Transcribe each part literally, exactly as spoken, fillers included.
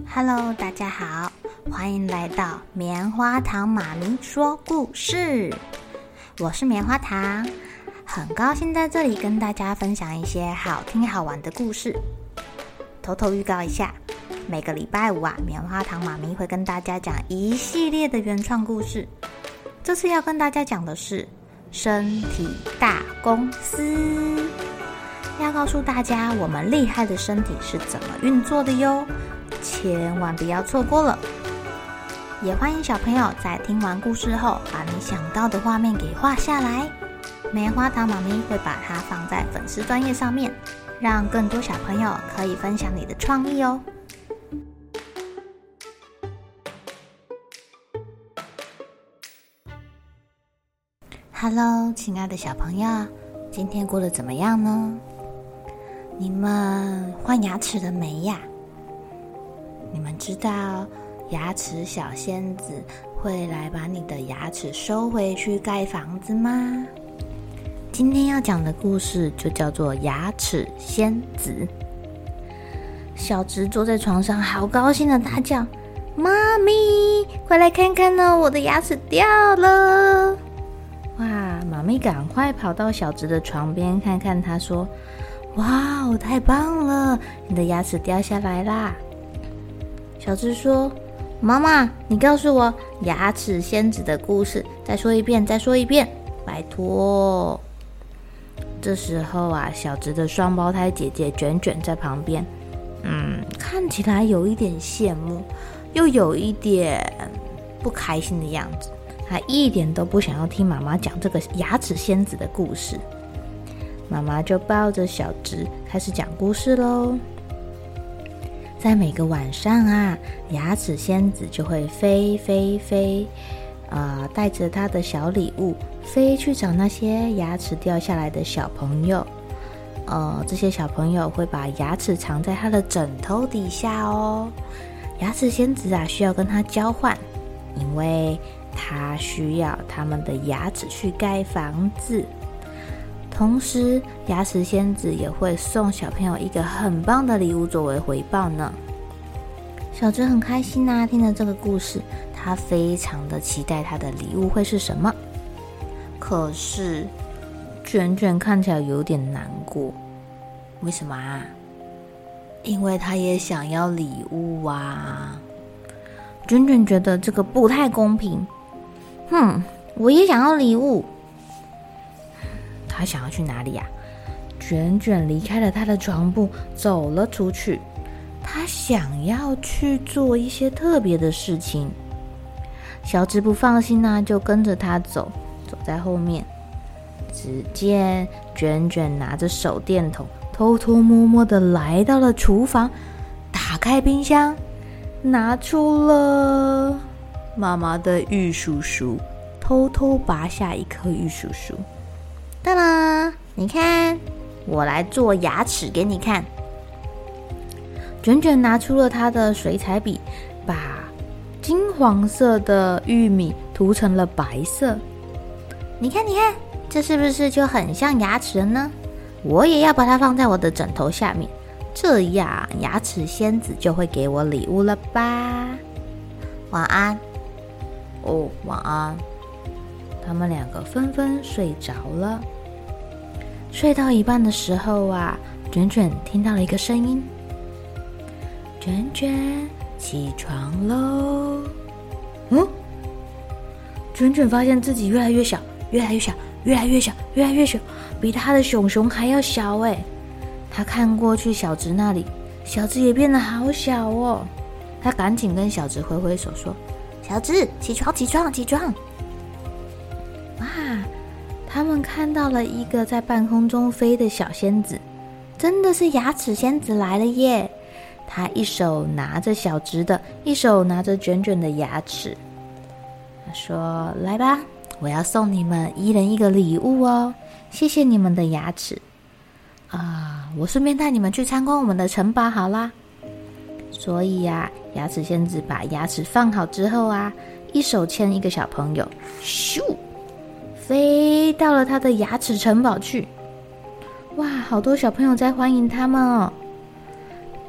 Hello， 大家好，欢迎来到棉花糖妈咪说故事。我是棉花糖，很高兴在这里跟大家分享一些好听好玩的故事。偷偷预告一下，每个礼拜五啊，棉花糖妈咪会跟大家讲一系列的原创故事。这次要跟大家讲的是身体大公司，要告诉大家我们厉害的身体是怎么运作的哟，千万不要错过了。也欢迎小朋友在听完故事后，把你想到的画面给画下来，棉花糖妈咪会把它放在粉丝专页上面，让更多小朋友可以分享你的创意哦。Hello， 亲爱的小朋友，今天过得怎么样呢？你们换牙齿了没呀？你们知道牙齿小仙子会来把你的牙齿收回去盖房子吗？今天要讲的故事就叫做牙齿仙子。小直坐在床上，好高兴的大叫：妈咪，快来看看哦，我的牙齿掉了！哇，妈咪赶快跑到小直的床边看看，她说：哇哦，太棒了，你的牙齿掉下来啦！小直说：妈妈，你告诉我牙齿仙子的故事，再说一遍，再说一遍，拜托。这时候啊，小直的双胞胎姐姐卷卷在旁边，嗯，看起来有一点羡慕，又有一点不开心的样子。她一点都不想要听妈妈讲这个牙齿仙子的故事。妈妈就抱着小直开始讲故事咯。在每个晚上啊，牙齿仙子就会飞飞飞，呃，带着她的小礼物飞去找那些牙齿掉下来的小朋友。呃，这些小朋友会把牙齿藏在她的枕头底下哦。牙齿仙子啊，需要跟她交换，因为她需要他们的牙齿去盖房子。同时，牙齿仙子也会送小朋友一个很棒的礼物作为回报呢。小直很开心啊，听了这个故事，他非常的期待他的礼物会是什么。可是，卷卷看起来有点难过。为什么啊？因为他也想要礼物啊。卷卷觉得这个不太公平。哼，我也想要礼物。他想要去哪里呀？卷卷离开了他的床铺，走了出去。他想要去做一些特别的事情。小直不放心啊，就跟着他走，走在后面。只见卷卷拿着手电筒，偷偷摸摸的来到了厨房，打开冰箱，拿出了妈妈的玉蜀黍，偷偷拔下一颗玉蜀黍。当啦，你看，我来做牙齿给你看。卷卷拿出了他的水彩笔，把金黄色的玉米涂成了白色。你看，你看，这是不是就很像牙齿了呢？我也要把它放在我的枕头下面，这样牙齿仙子就会给我礼物了吧？晚安。哦，晚安。他们两个纷纷睡着了。睡到一半的时候啊，卷卷听到了一个声音：卷卷，起床喽！嗯，卷卷发现自己越来越小，越来越小，越来越小，越来越小，比他的熊熊还要小哎！他看过去小直那里，小直也变得好小哦。他赶紧跟小直挥挥手说：小直，起床，起床，起床！哇！他们看到了一个在半空中飞的小仙子，真的是牙齿仙子来了耶！她一手拿着小直的，一手拿着卷卷的牙齿。她说：来吧，我要送你们一人一个礼物哦，谢谢你们的牙齿啊！我顺便带你们去参观我们的城堡好啦。所以呀、啊，牙齿仙子把牙齿放好之后啊，一手牵一个小朋友，咻，飞到了他的牙齿城堡去。哇，好多小朋友在欢迎他们哦。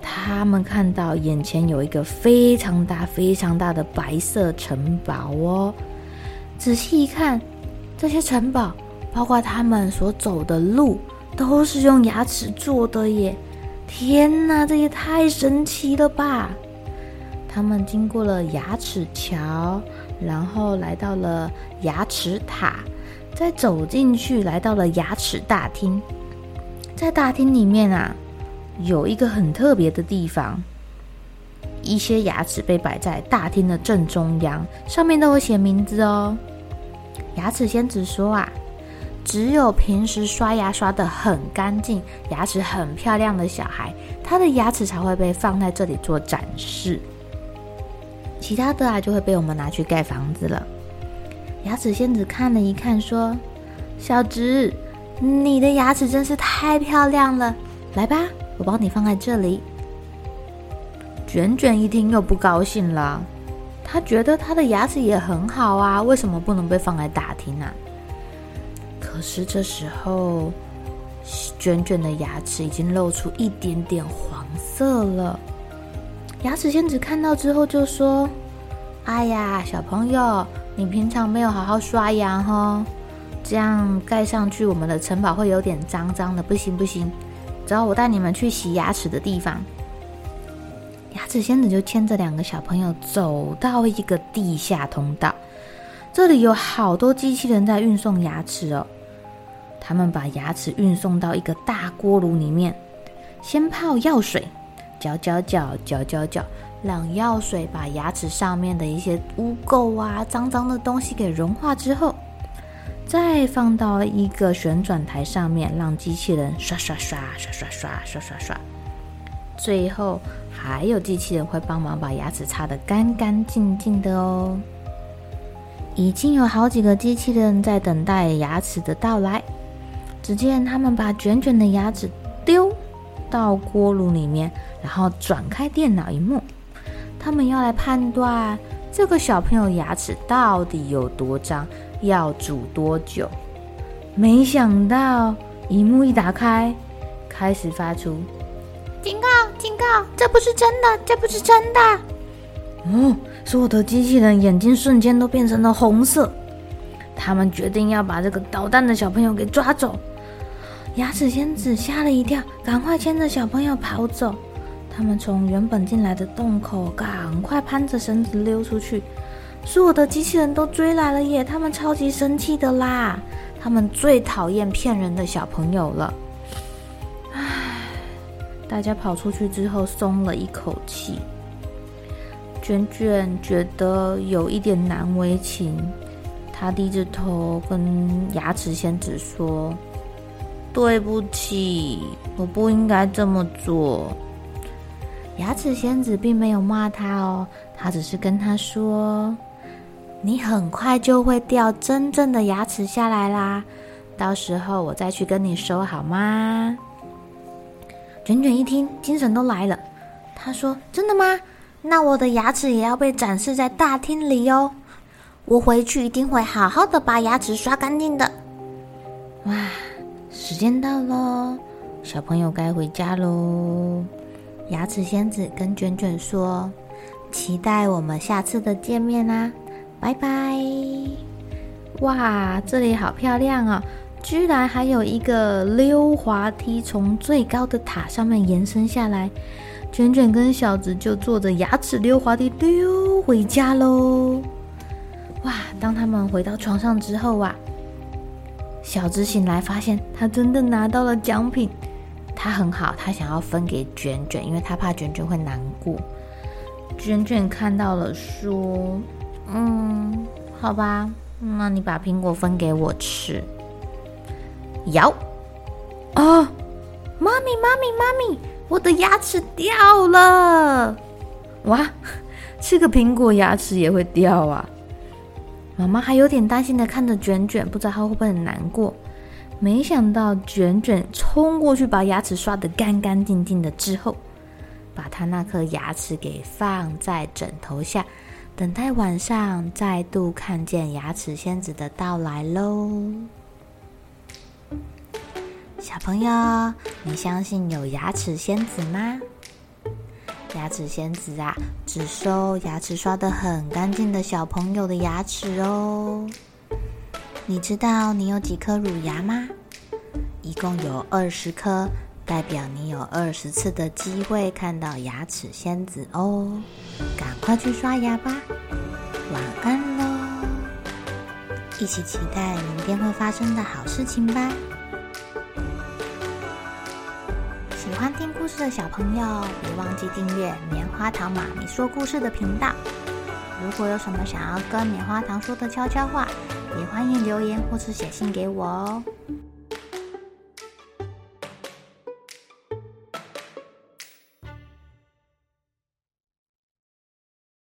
他们看到眼前有一个非常大非常大的白色城堡哦。仔细一看，这些城堡包括他们所走的路都是用牙齿做的耶！天哪，这也太神奇了吧！他们经过了牙齿桥，然后来到了牙齿塔，再走进去来到了牙齿大厅。在大厅里面啊，有一个很特别的地方，一些牙齿被摆在大厅的正中央，上面都有写名字哦。牙齿仙子说啊，只有平时刷牙刷得很干净，牙齿很漂亮的小孩，他的牙齿才会被放在这里做展示，其他的啊就会被我们拿去盖房子了。牙齿仙子看了一看说，小直，你的牙齿真是太漂亮了，来吧，我帮你放在这里。卷卷一听又不高兴了，他觉得他的牙齿也很好啊，为什么不能被放在大厅啊？可是这时候卷卷的牙齿已经露出一点点黄色了。牙齿仙子看到之后就说，哎呀，小朋友，你平常没有好好刷牙哦，这样盖上去我们的城堡会有点脏脏的，不行不行，走，我带你们去洗牙齿的地方。牙齿仙子就牵着两个小朋友走到一个地下通道，这里有好多机器人在运送牙齿哦。他们把牙齿运送到一个大锅炉里面，先泡药水，搅搅搅搅搅搅，让药水把牙齿上面的一些污垢啊、脏脏的东西给融化之后，再放到一个旋转台上面，让机器人刷刷刷刷刷刷刷刷刷。最后还有机器人会帮忙把牙齿擦得干干净净的哦。已经有好几个机器人在等待牙齿的到来。只见他们把卷卷的牙齿丢到锅炉里面，然后转开电脑萤幕，他们要来判断这个小朋友牙齿到底有多脏，要煮多久。没想到萤幕一打开，开始发出警告警告，这不是真的，这不是真的。哦，所有的机器人眼睛瞬间都变成了红色，他们决定要把这个捣蛋的小朋友给抓走。牙齿仙子吓了一跳，赶快牵着小朋友跑走。他们从原本进来的洞口赶快攀着绳子溜出去，所有的机器人都追来了耶，他们超级生气的啦，他们最讨厌骗人的小朋友了。唉，大家跑出去之后松了一口气。卷卷觉得有一点难为情，他低着头跟牙齿仙子说，对不起，我不应该这么做。牙齿仙子并没有骂他哦，他只是跟他说，你很快就会掉真正的牙齿下来啦，到时候我再去跟你收好吗？卷卷一听精神都来了，他说，真的吗？那我的牙齿也要被展示在大厅里哦，我回去一定会好好的把牙齿刷干净的。哇，时间到咯，小朋友该回家咯。牙齿仙子跟卷卷说，期待我们下次的见面啦，拜拜。哇，这里好漂亮哦，居然还有一个溜滑梯从最高的塔上面延伸下来，卷卷跟小直就坐着牙齿溜滑梯溜回家咯。哇，当他们回到床上之后啊，小直醒来发现他真的拿到了奖品，他很好，他想要分给卷卷，因为他怕卷卷会难过。卷卷看到了说，嗯，好吧，那你把苹果分给我吃。咬啊，妈咪妈咪妈咪，我的牙齿掉了！哇，吃个苹果牙齿也会掉啊！妈妈还有点担心的看着卷卷，不知道他会不会很难过。没想到卷卷冲过去把牙齿刷得干干净净的之后，把他那颗牙齿给放在枕头下，等待晚上再度看见牙齿仙子的到来咯。小朋友，你相信有牙齿仙子吗？ 牙齿仙子啊，只收牙齿刷得很干净的小朋友的牙齿哦。你知道你有几颗乳牙吗？一共有二十颗，代表你有二十次的机会看到牙齿仙子哦。赶快去刷牙吧，晚安喽！一起期待明天会发生的好事情吧。喜欢听故事的小朋友，别忘记订阅棉花糖妈咪说故事的频道。如果有什么想要跟棉花糖说的悄悄话，也欢迎留言或是写信给我哦。